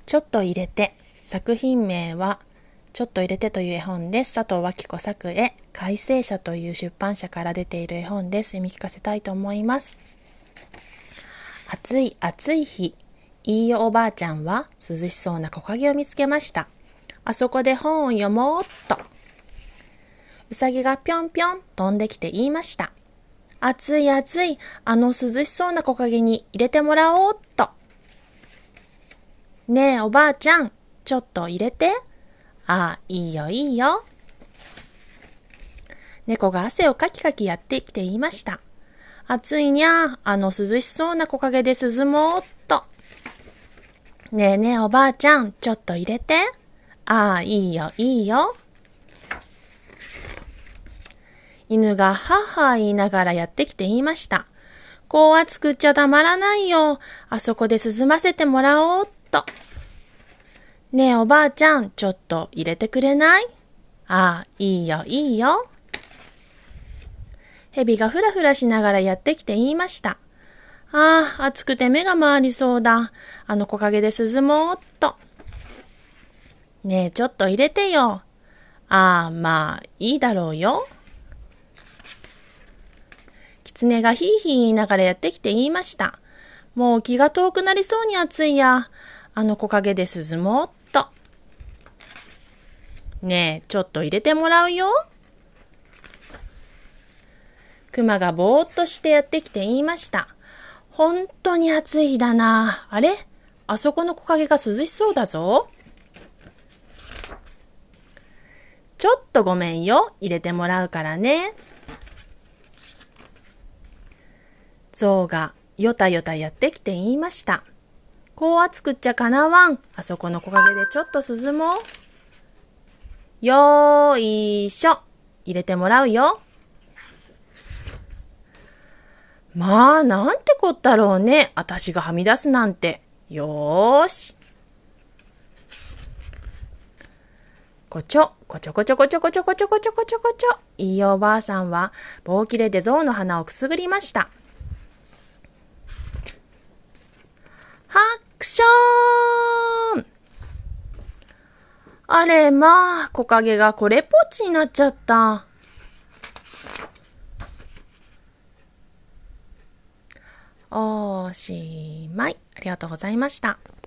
ちょっと入れて。作品名はちょっと入れてという絵本です。佐藤脇子作絵、改正社という出版社から出ている絵本です。読み聞かせたいと思います。暑い暑い日、いいよおばあちゃんは涼しそうな木陰を見つけました。あそこで本を読もうっと。うさぎがぴょんぴょん飛んできて言いました。暑い暑い、涼しそうな木陰に入れてもらおうっと。ねえおばあちゃん、ちょっと入れて。ああ、いいよいいよ。猫が汗をかきかきやってきて言いました。暑いにゃ、涼しそうな木陰で涼もうっと。ねえねえおばあちゃん、ちょっと入れて。ああ、いいよいいよ。犬がはっは言いながらやってきて言いました。こう暑くっちゃたまらないよ。あそこで涼ませてもらおうっと。ねえおばあちゃん、ちょっと入れてくれない？ああ、いいよいいよ。蛇がふらふらしながらやってきて言いました。ああ、暑くて目が回りそうだ。木陰で涼もうっと。ねえ、ちょっと入れてよ。ああ、まあ、いいだろうよ。狐がヒーヒー言いながらやってきて言いました。もう気が遠くなりそうに暑いや。木陰で涼もうっと。ねえ、ちょっと入れてもらうよ。熊がぼーっとしてやってきて言いました。本当に暑い日だな。あれ？あそこの木陰が涼しそうだぞ。ちょっとごめんよ。入れてもらうからね。象がよたよたやってきて言いました。こう暑くっちゃかなわん。あそこの木陰でちょっと涼もう。よーいしょ。入れてもらうよ。まあ、なんてこったろうね。あたしがはみ出すなんて。よーし。こちょ、こちょこちょこちょこちょこちょこちょこちょこちょ。いいおばあさんは棒切れで象の鼻をくすぐりました。ハクショーン！あれまあ、木陰がこれっぽっちになっちゃった。おしまい。ありがとうございました。